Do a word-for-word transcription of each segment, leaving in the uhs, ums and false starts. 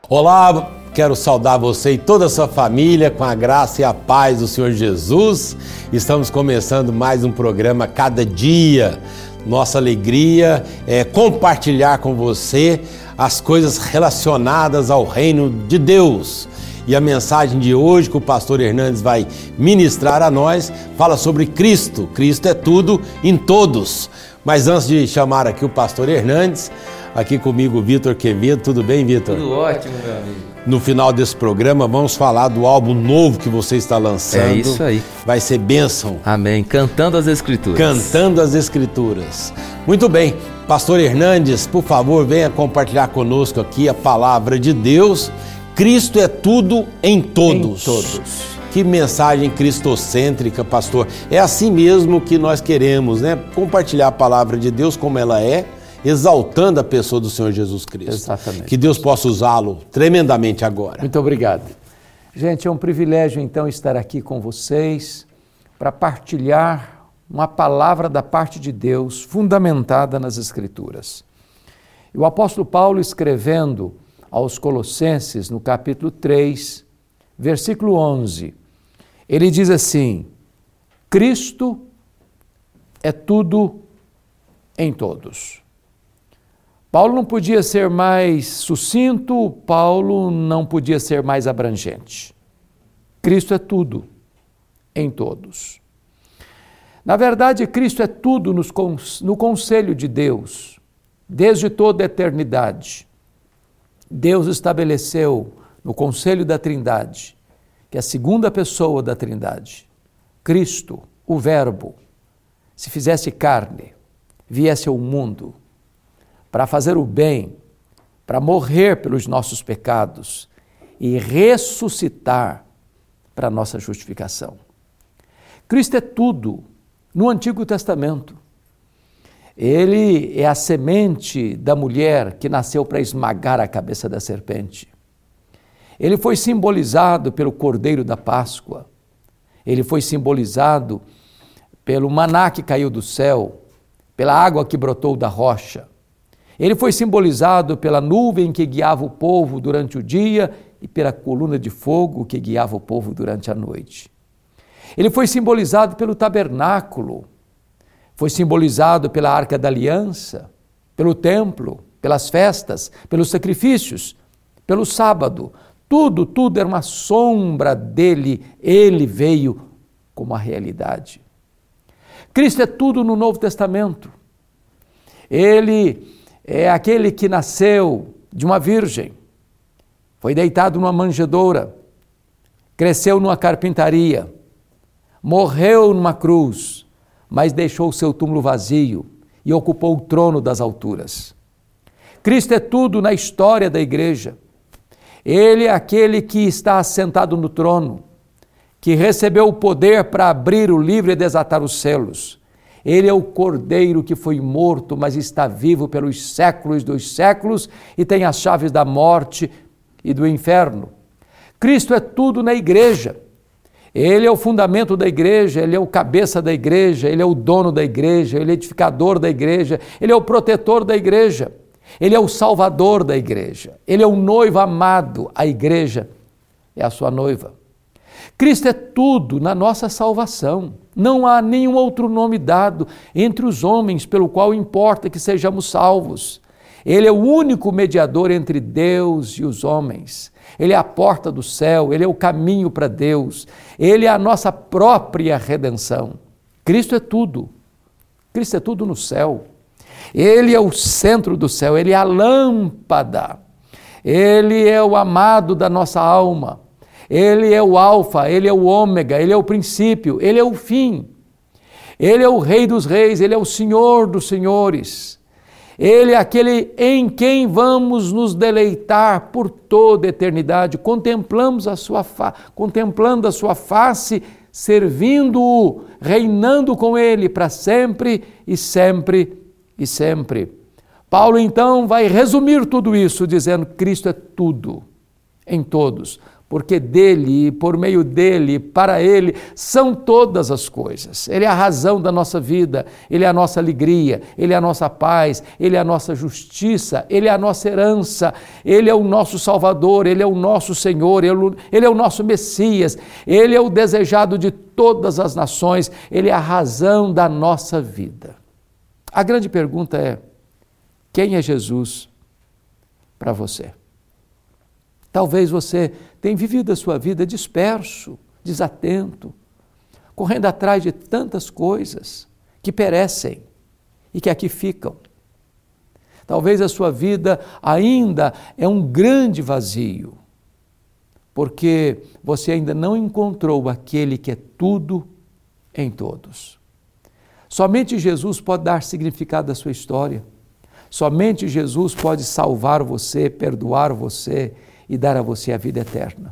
Olá, quero saudar você e toda a sua família com a graça e a paz do Senhor Jesus. Estamos começando mais um programa Cada Dia. Nossa alegria é compartilhar com você as coisas relacionadas ao reino de Deus. E a mensagem de hoje que o pastor Hernandes vai ministrar a nós fala sobre Cristo. Cristo é tudo em todos. Mas antes de chamar aqui o pastor Hernandes, aqui comigo o Vitor Quevedo. Tudo bem, Vitor? Tudo ótimo, meu amigo. No final desse programa vamos falar do álbum novo que você está lançando. É isso aí. Vai ser bênção. Amém. Cantando as Escrituras. Cantando as Escrituras. Muito bem. Pastor Hernandes, por favor, venha compartilhar conosco aqui a palavra de Deus. Cristo é tudo em todos. Em todos. Que mensagem cristocêntrica, pastor. É assim mesmo que nós queremos, né? Compartilhar a palavra de Deus como ela é, exaltando a pessoa do Senhor Jesus Cristo. Exatamente. Que Deus possa usá-lo tremendamente agora. Muito obrigado. Gente, é um privilégio então estar aqui com vocês para partilhar uma palavra da parte de Deus fundamentada nas Escrituras. E o apóstolo Paulo, escrevendo aos Colossenses, no capítulo três, versículo onze, ele diz assim: Cristo é tudo em todos. Paulo não podia ser mais sucinto, Paulo não podia ser mais abrangente. Cristo é tudo em todos. Na verdade, Cristo é tudo nos, no conselho de Deus, desde toda a eternidade. Deus estabeleceu no conselho da Trindade, que é a segunda pessoa da Trindade, Cristo, o Verbo, se fizesse carne, viesse ao mundo, para fazer o bem, para morrer pelos nossos pecados e ressuscitar para a nossa justificação. Cristo é tudo no Antigo Testamento. Ele é a semente da mulher que nasceu para esmagar a cabeça da serpente. Ele foi simbolizado pelo Cordeiro da Páscoa. Ele foi simbolizado pelo maná que caiu do céu, pela água que brotou da rocha. Ele foi simbolizado pela nuvem que guiava o povo durante o dia e pela coluna de fogo que guiava o povo durante a noite. Ele foi simbolizado pelo tabernáculo, foi simbolizado pela Arca da Aliança, pelo templo, pelas festas, pelos sacrifícios, pelo sábado. Tudo, tudo era uma sombra dele, ele veio como a realidade. Cristo é tudo no Novo Testamento. Ele é aquele que nasceu de uma virgem, foi deitado numa manjedoura, cresceu numa carpintaria, morreu numa cruz, mas deixou o seu túmulo vazio e ocupou o trono das alturas. Cristo é tudo na história da igreja. Ele é aquele que está assentado no trono, que recebeu o poder para abrir o livro e desatar os selos. Ele é o Cordeiro que foi morto, mas está vivo pelos séculos dos séculos e tem as chaves da morte e do inferno. Cristo é tudo na igreja. Ele é o fundamento da igreja, ele é o cabeça da igreja, ele é o dono da igreja, ele é o edificador da igreja, ele é o protetor da igreja, ele é o salvador da igreja, ele é o noivo amado, a igreja é a sua noiva. Cristo é tudo na nossa salvação. Não há nenhum outro nome dado entre os homens pelo qual importa que sejamos salvos. Ele é o único mediador entre Deus e os homens. Ele é a porta do céu, ele é o caminho para Deus. Ele é a nossa própria redenção. Cristo é tudo. Cristo é tudo no céu. Ele é o centro do céu, ele é a lâmpada. Ele é o amado da nossa alma. Ele é o alfa, ele é o ômega, ele é o princípio, ele é o fim. Ele é o rei dos reis, ele é o senhor dos senhores. Ele é aquele em quem vamos nos deleitar por toda a eternidade. Contemplamos a sua fa- contemplando a sua face, servindo-o, reinando com ele para sempre e sempre e sempre. Paulo então vai resumir tudo isso dizendo: Cristo é tudo em todos. porque dele, por meio dele, para ele, são todas as coisas. Ele é a razão da nossa vida, ele é a nossa alegria, ele é a nossa paz, ele é a nossa justiça, ele é a nossa herança, ele é o nosso Salvador, ele é o nosso Senhor, ele é o nosso Messias, ele é o desejado de todas as nações, ele é a razão da nossa vida. A grande pergunta é: quem é Jesus para você? Talvez você tenha vivido a sua vida disperso, desatento, correndo atrás de tantas coisas que perecem e que aqui ficam. Talvez a sua vida ainda é um grande vazio, porque você ainda não encontrou aquele que é tudo em todos. Somente Jesus pode dar significado à sua história. Somente Jesus pode salvar você, perdoar você e dar a você a vida eterna.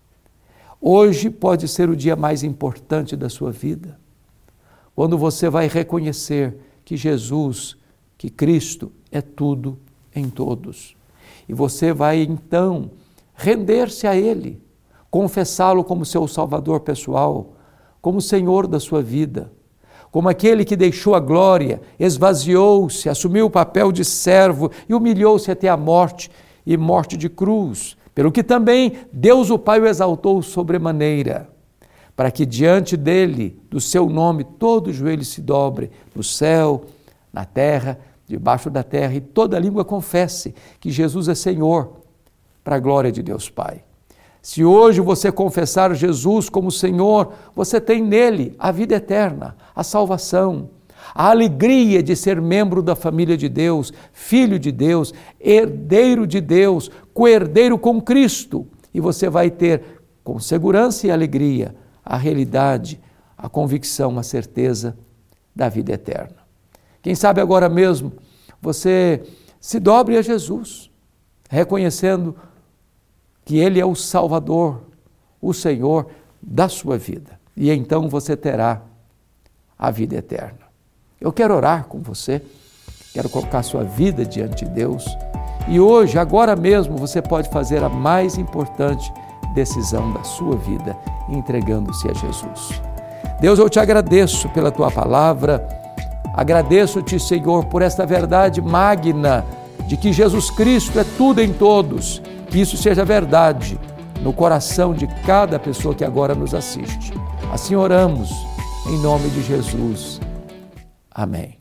Hoje pode ser o dia mais importante da sua vida, quando você vai reconhecer que Jesus, que Cristo é tudo em todos. E você vai então render-se a Ele, confessá-lo como seu Salvador pessoal, como Senhor da sua vida, como aquele que deixou a glória, esvaziou-se, assumiu o papel de servo e humilhou-se até a morte, e morte de cruz, pelo que também Deus o Pai o exaltou sobremaneira, para que diante dele, do seu nome, todo joelho se dobre, no céu, na terra, debaixo da terra, e toda língua confesse que Jesus é Senhor, para a glória de Deus Pai. Se hoje você confessar Jesus como Senhor, você tem nele a vida eterna, a salvação, a alegria de ser membro da família de Deus, filho de Deus, herdeiro de Deus, co-herdeiro com Cristo. E você vai ter, com segurança e alegria, a realidade, a convicção, a certeza da vida eterna. Quem sabe agora mesmo você se dobre a Jesus, reconhecendo que Ele é o Salvador, o Senhor da sua vida. E então você terá a vida eterna. Eu quero orar com você, quero colocar sua vida diante de Deus. E hoje, agora mesmo, você pode fazer a mais importante decisão da sua vida, entregando-se a Jesus. Deus, eu te agradeço pela tua palavra, agradeço-te, Senhor, por esta verdade magna de que Jesus Cristo é tudo em todos. Que isso seja verdade no coração de cada pessoa que agora nos assiste. Assim oramos, em nome de Jesus. Amém.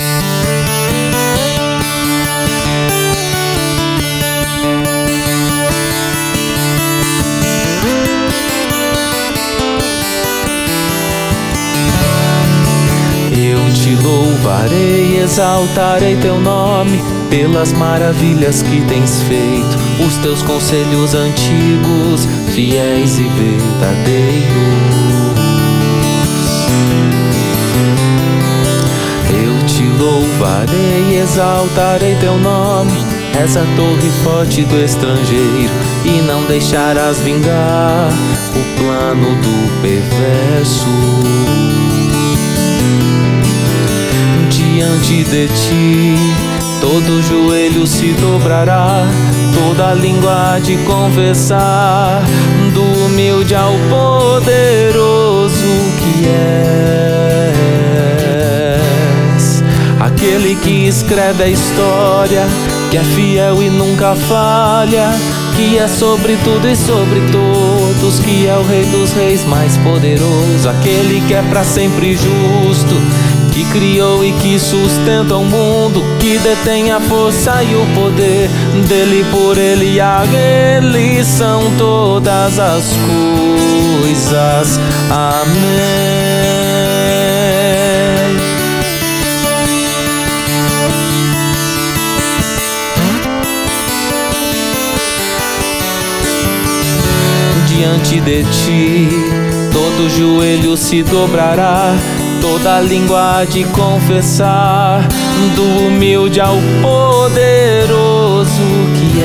Eu te louvarei, exaltarei teu nome, pelas maravilhas que tens feito, os teus conselhos antigos, fiéis e verdadeiros. Eu te louvarei, exaltarei teu nome, és a torre forte do estrangeiro, e não deixarás vingar o plano do perverso. Diante de ti todo joelho se dobrará, toda língua há de confessar, do humilde ao poderoso que és. Aquele que escreve a história, que é fiel e nunca falha, que é sobre tudo e sobre todos, que é o Rei dos Reis mais poderoso, aquele que é para sempre justo, que criou e que sustenta o mundo, que detém a força e o poder, dele, por ele e a ele são todas as coisas. Amém. Diante de ti todo joelho se dobrará, toda língua há de confessar, do humilde ao poderoso que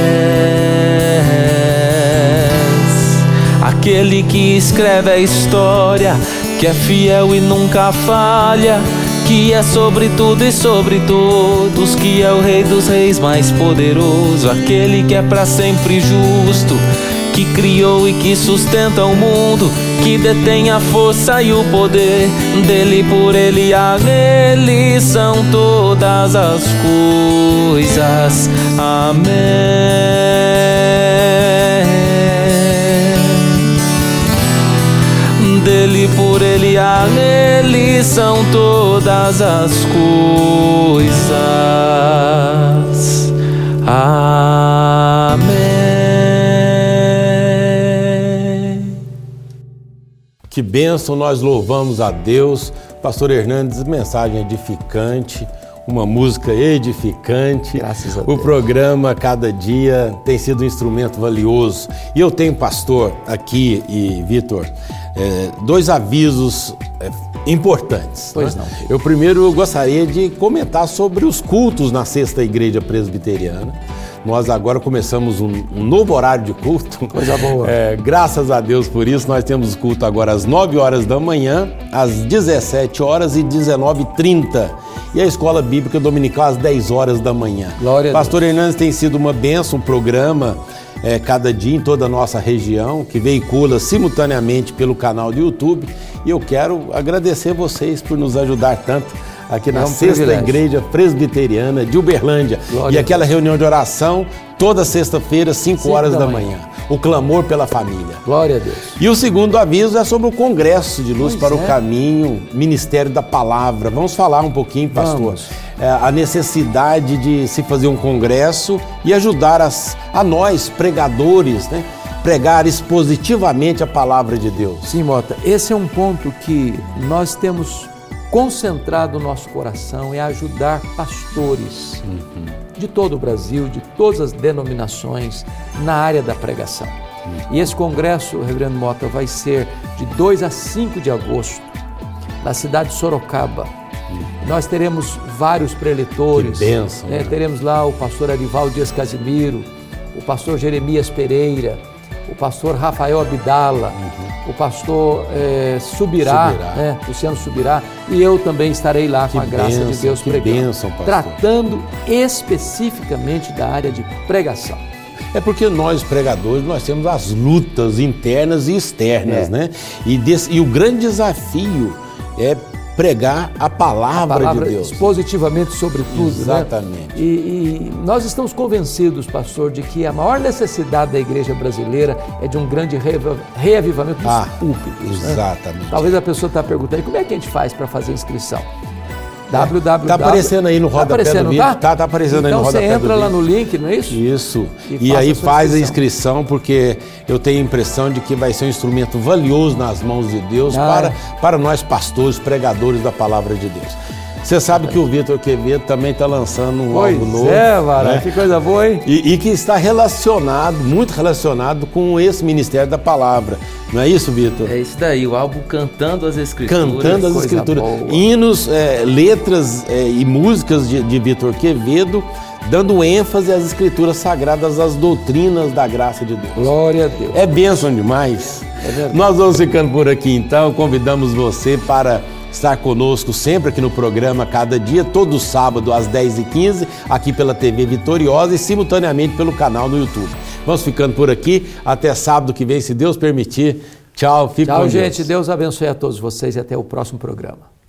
és. Aquele que escreve a história, que é fiel e nunca falha, que é sobre tudo e sobre todos, que é o Rei dos Reis mais poderoso, aquele que é para sempre justo, que criou e que sustenta o mundo, que detém a força e o poder. Dele, por ele, a ele são todas as coisas. Amém. Dele, por ele, a ele são todas as coisas. Amém. Que bênção, nós louvamos a Deus. Pastor Hernandes, mensagem edificante, uma música edificante. Graças a o Deus. O programa, cada dia, tem sido um instrumento valioso. E eu tenho, pastor, aqui e Vitor, é, dois avisos é, importantes. Pois né? não. Eu primeiro gostaria de comentar sobre os cultos na Sexta Igreja Presbiteriana. Nós agora começamos um, um novo horário de culto. Coisa boa. É, graças a Deus por isso, nós temos culto agora às nove horas da manhã, às dezessete horas e dezenove e trinta. E a Escola Bíblica Dominical às dez horas da manhã. Glória a Pastor Deus. Hernandes, tem sido uma bênção, um programa é, cada dia em toda a nossa região, que veicula simultaneamente pelo canal do YouTube. E eu quero agradecer vocês por nos ajudar tanto aqui na É um Sexta privilégio. Igreja Presbiteriana de Uberlândia. Glória E a aquela Deus. reunião de oração toda sexta-feira, cinco Cinco horas da da manhã. manhã. O clamor pela família. Glória a Deus. E o segundo aviso é sobre o Congresso de Luz Pois para é. o Caminho, Ministério da Palavra. Vamos falar um pouquinho, pastor, Vamos. é, a necessidade de se fazer um congresso e ajudar as, a nós, pregadores, né, pregar expositivamente a palavra de Deus. Sim, Mota, esse é um ponto que nós temos concentrado o nosso coração, é ajudar pastores Uhum. de todo o Brasil, de todas as denominações, na área da pregação. E esse congresso, Reverendo Mota, vai ser de dois a cinco de agosto, na cidade de Sorocaba. Nós teremos vários preletores. Que bênção, né? né? Teremos lá o pastor Arivaldo Dias Casimiro, o pastor Jeremias Pereira, o pastor Rafael Abdala, Uhum. o pastor eh, Subirá, Subirá. né? Luciano Subirá, e eu também estarei lá Que com a graça bênção, de Deus que pregando, bênção, pastor. tratando especificamente da área de pregação. É porque nós, pregadores, nós temos as lutas internas e externas, É. né? E, desse, e o grande desafio é pregar a palavra, A palavra de Deus. positivamente sobre tudo. Exatamente. Né? E, e nós estamos convencidos, pastor, de que a maior necessidade da igreja brasileira é de um grande reav- reavivamento dos Ah, púlpitos. né? exatamente. Talvez a pessoa está perguntando, como é que a gente faz para fazer inscrição? www. Tá aparecendo aí no rodapé Tá aparecendo, do vídeo. Tá, Tá, tá aparecendo aí no então rodapé você do entra lá vídeo. no link, não é isso? Isso. E E, faça aí a sua faz a inscrição. inscrição, porque eu tenho a impressão de que vai ser um instrumento valioso nas mãos de Deus Ah, para, é. para nós pastores, pregadores da palavra de Deus. Você sabe que o Vitor Quevedo também está lançando um Pois álbum novo. é, Vara, né? que coisa boa, hein? E, e que está relacionado, muito relacionado com esse Ministério da Palavra. Não é isso, Vitor? É isso daí, o álbum Cantando as Escrituras. Cantando as coisa Escrituras. boa. Hinos, é, letras é, e músicas de, de Vitor Quevedo, dando ênfase às Escrituras Sagradas, às doutrinas da graça de Deus. Glória a Deus. É bênção demais. É verdade. Nós vamos ficando por aqui então, convidamos você para estar conosco sempre aqui no programa Cada Dia, todo sábado às dez e quinze, aqui pela T V Vitoriosa e simultaneamente pelo canal no YouTube. Vamos ficando por aqui, até sábado que vem, se Deus permitir. Tchau, fique com Tchau, Deus. gente. Deus abençoe a todos vocês e até o próximo programa.